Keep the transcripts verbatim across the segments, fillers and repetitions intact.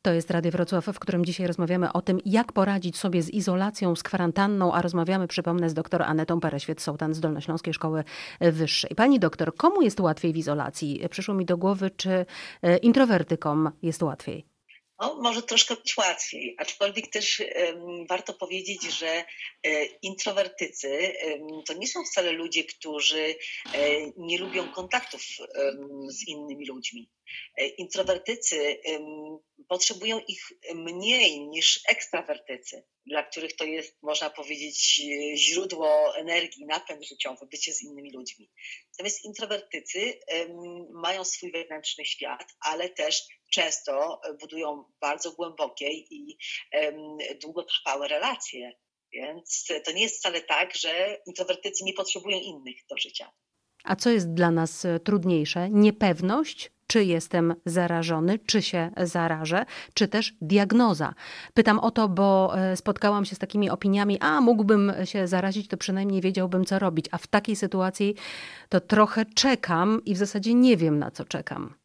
To jest Radio Wrocław, w którym dzisiaj rozmawiamy o tym, jak poradzić sobie z izolacją, z kwarantanną, a rozmawiamy, przypomnę, z doktor Anetą Pereświet-Sołtan z Dolnośląskiej Szkoły Wyższej. Pani doktor, komu jest łatwiej w izolacji? Przyszło mi do głowy, czy introwertykom jest łatwiej? No, może troszkę być łatwiej, aczkolwiek też um, warto powiedzieć, że e, introwertycy um, to nie są wcale ludzie, którzy e, nie lubią kontaktów um, z innymi ludźmi. E, introwertycy um, potrzebują ich mniej niż ekstrawertycy, dla których to jest, można powiedzieć, źródło energii, napęd życiowy, bycie z innymi ludźmi. Natomiast introwertycy um, mają swój wewnętrzny świat, ale też często budują bardzo głębokie i um, długotrwałe relacje. Więc to nie jest wcale tak, że introwertycy nie potrzebują innych do życia. A co jest dla nas trudniejsze? Niepewność? Czy jestem zarażony, czy się zarażę, czy też diagnoza. Pytam o to, bo spotkałam się z takimi opiniami, a mógłbym się zarazić, to przynajmniej wiedziałbym, co robić. A w takiej sytuacji to trochę czekam i w zasadzie nie wiem, na co czekam.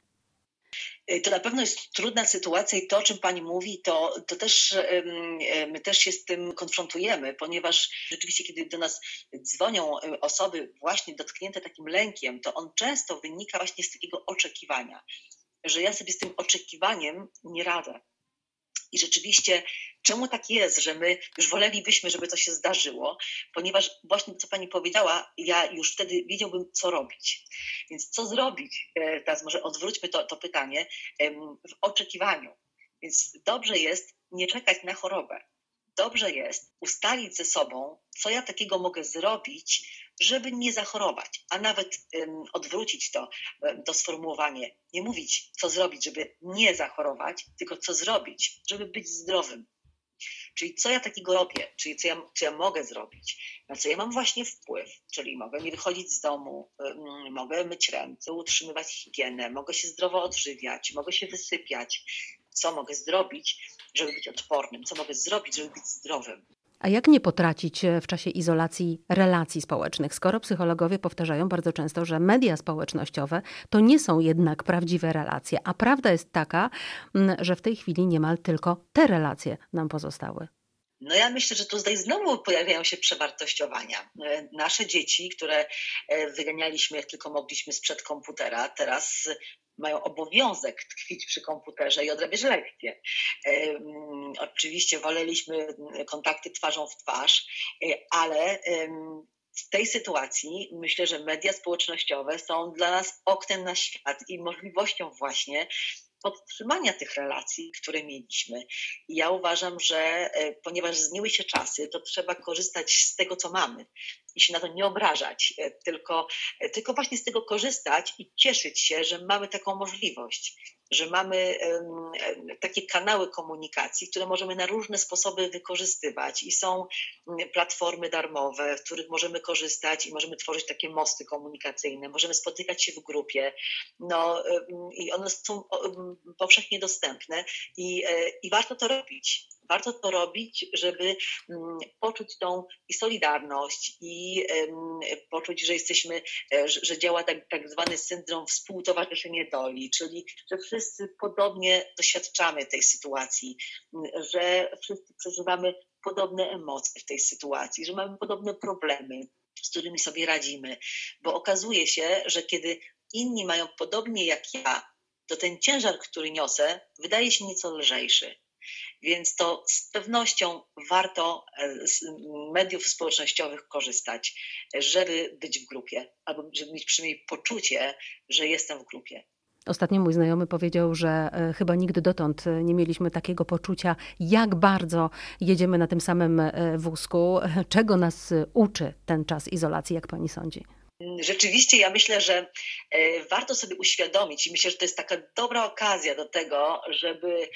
To na pewno jest trudna sytuacja i to, o czym pani mówi, to, to też my też się z tym konfrontujemy, ponieważ rzeczywiście, kiedy do nas dzwonią osoby właśnie dotknięte takim lękiem, to on często wynika właśnie z takiego oczekiwania, że ja sobie z tym oczekiwaniem nie radzę. I rzeczywiście, czemu tak jest, że my już wolelibyśmy, żeby to się zdarzyło, ponieważ właśnie co pani powiedziała, ja już wtedy wiedziałbym, co robić. Więc co zrobić? Teraz może odwróćmy to, to pytanie w oczekiwaniu. Więc dobrze jest nie czekać na chorobę. Dobrze jest ustalić ze sobą, co ja takiego mogę zrobić, żeby nie zachorować, a nawet um, odwrócić to, um, to sformułowanie. Nie mówić, co zrobić, żeby nie zachorować, tylko co zrobić, żeby być zdrowym. Czyli co ja takiego robię, czyli co ja, co ja mogę zrobić, na co ja mam właśnie wpływ, czyli mogę nie wychodzić z domu, um, mogę myć ręce, utrzymywać higienę, mogę się zdrowo odżywiać, mogę się wysypiać. Co mogę zrobić, żeby być odpornym, co mogę zrobić, żeby być zdrowym. A jak nie potracić w czasie izolacji relacji społecznych, skoro psychologowie powtarzają bardzo często, że media społecznościowe to nie są jednak prawdziwe relacje, a prawda jest taka, że w tej chwili niemal tylko te relacje nam pozostały. No ja myślę, że tutaj znowu pojawiają się przewartościowania. Nasze dzieci, które wyganialiśmy jak tylko mogliśmy sprzed komputera, teraz mają obowiązek tkwić przy komputerze i odrabiać lekcje. Um, oczywiście woleliśmy kontakty twarzą w twarz, ale um, w tej sytuacji myślę, że media społecznościowe są dla nas oknem na świat i możliwością właśnie podtrzymania tych relacji, które mieliśmy. I ja uważam, że ponieważ zmieniły się czasy, to trzeba korzystać z tego, co mamy i się na to nie obrażać, tylko, tylko właśnie z tego korzystać i cieszyć się, że mamy taką możliwość, że mamy um, takie kanały komunikacji, które możemy na różne sposoby wykorzystywać i są platformy darmowe, w których możemy korzystać i możemy tworzyć takie mosty komunikacyjne, możemy spotykać się w grupie, no um, i one są um, powszechnie dostępne i, i warto to robić. Warto to robić, żeby um, poczuć tą i solidarność i um, poczuć, że jesteśmy, że, że działa tak, tak zwany syndrom współtowarzyszenia doli, czyli że wszyscy podobnie doświadczamy tej sytuacji, że wszyscy przeżywamy podobne emocje w tej sytuacji, że mamy podobne problemy, z którymi sobie radzimy, bo okazuje się, że kiedy inni mają podobnie jak ja, to ten ciężar, który niosę, wydaje się nieco lżejszy. Więc to z pewnością warto z mediów społecznościowych korzystać, żeby być w grupie, albo żeby mieć przynajmniej poczucie, że jestem w grupie. Ostatnio mój znajomy powiedział, że chyba nigdy dotąd nie mieliśmy takiego poczucia, jak bardzo jedziemy na tym samym wózku. Czego nas uczy ten czas izolacji, jak pani sądzi? Rzeczywiście ja myślę, że warto sobie uświadomić i myślę, że to jest taka dobra okazja do tego, żeby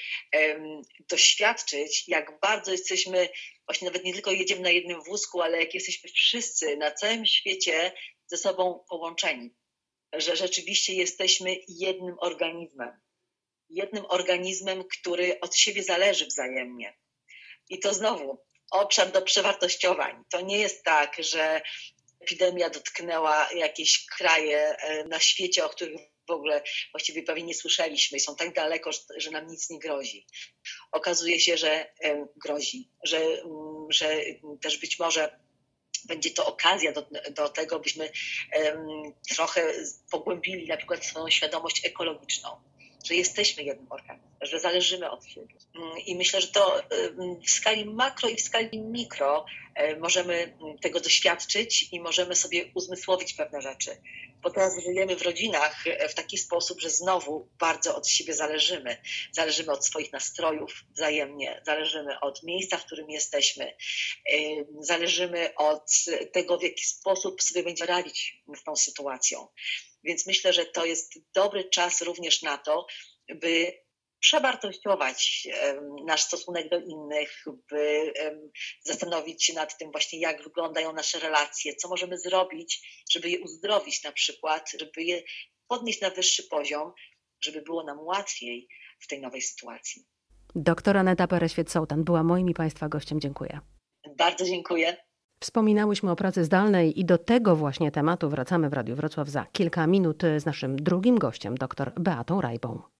doświadczyć, jak bardzo jesteśmy, właśnie nawet nie tylko jedziemy na jednym wózku, ale jak jesteśmy wszyscy na całym świecie ze sobą połączeni. Że rzeczywiście jesteśmy jednym organizmem. Jednym organizmem, który od siebie zależy wzajemnie. I to znowu obszar do przewartościowań. To nie jest tak, że epidemia dotknęła jakieś kraje na świecie, o których w ogóle właściwie prawie nie słyszeliśmy i są tak daleko, że nam nic nie grozi. Okazuje się, że grozi, że, że też być może będzie to okazja do, do tego, byśmy um, trochę pogłębili na przykład swoją świadomość ekologiczną, że jesteśmy jednym organizmem, że zależymy od siebie. I myślę, że to w skali makro i w skali mikro możemy tego doświadczyć i możemy sobie uzmysłowić pewne rzeczy. Bo teraz żyjemy w rodzinach w taki sposób, że znowu bardzo od siebie zależymy. Zależymy od swoich nastrojów wzajemnie, zależymy od miejsca, w którym jesteśmy, zależymy od tego, w jaki sposób sobie będziemy radzić z tą sytuacją. Więc myślę, że to jest dobry czas również na to, by przewartościować nasz stosunek do innych, by zastanowić się nad tym właśnie, jak wyglądają nasze relacje, co możemy zrobić, żeby je uzdrowić na przykład, żeby je podnieść na wyższy poziom, żeby było nam łatwiej w tej nowej sytuacji. Doktor Aneta Pereświet-Sołtan była moim i Państwa gościem. Dziękuję. Bardzo dziękuję. Wspominałyśmy o pracy zdalnej i do tego właśnie tematu wracamy w Radiu Wrocław za kilka minut z naszym drugim gościem, dr Beatą Rajbą.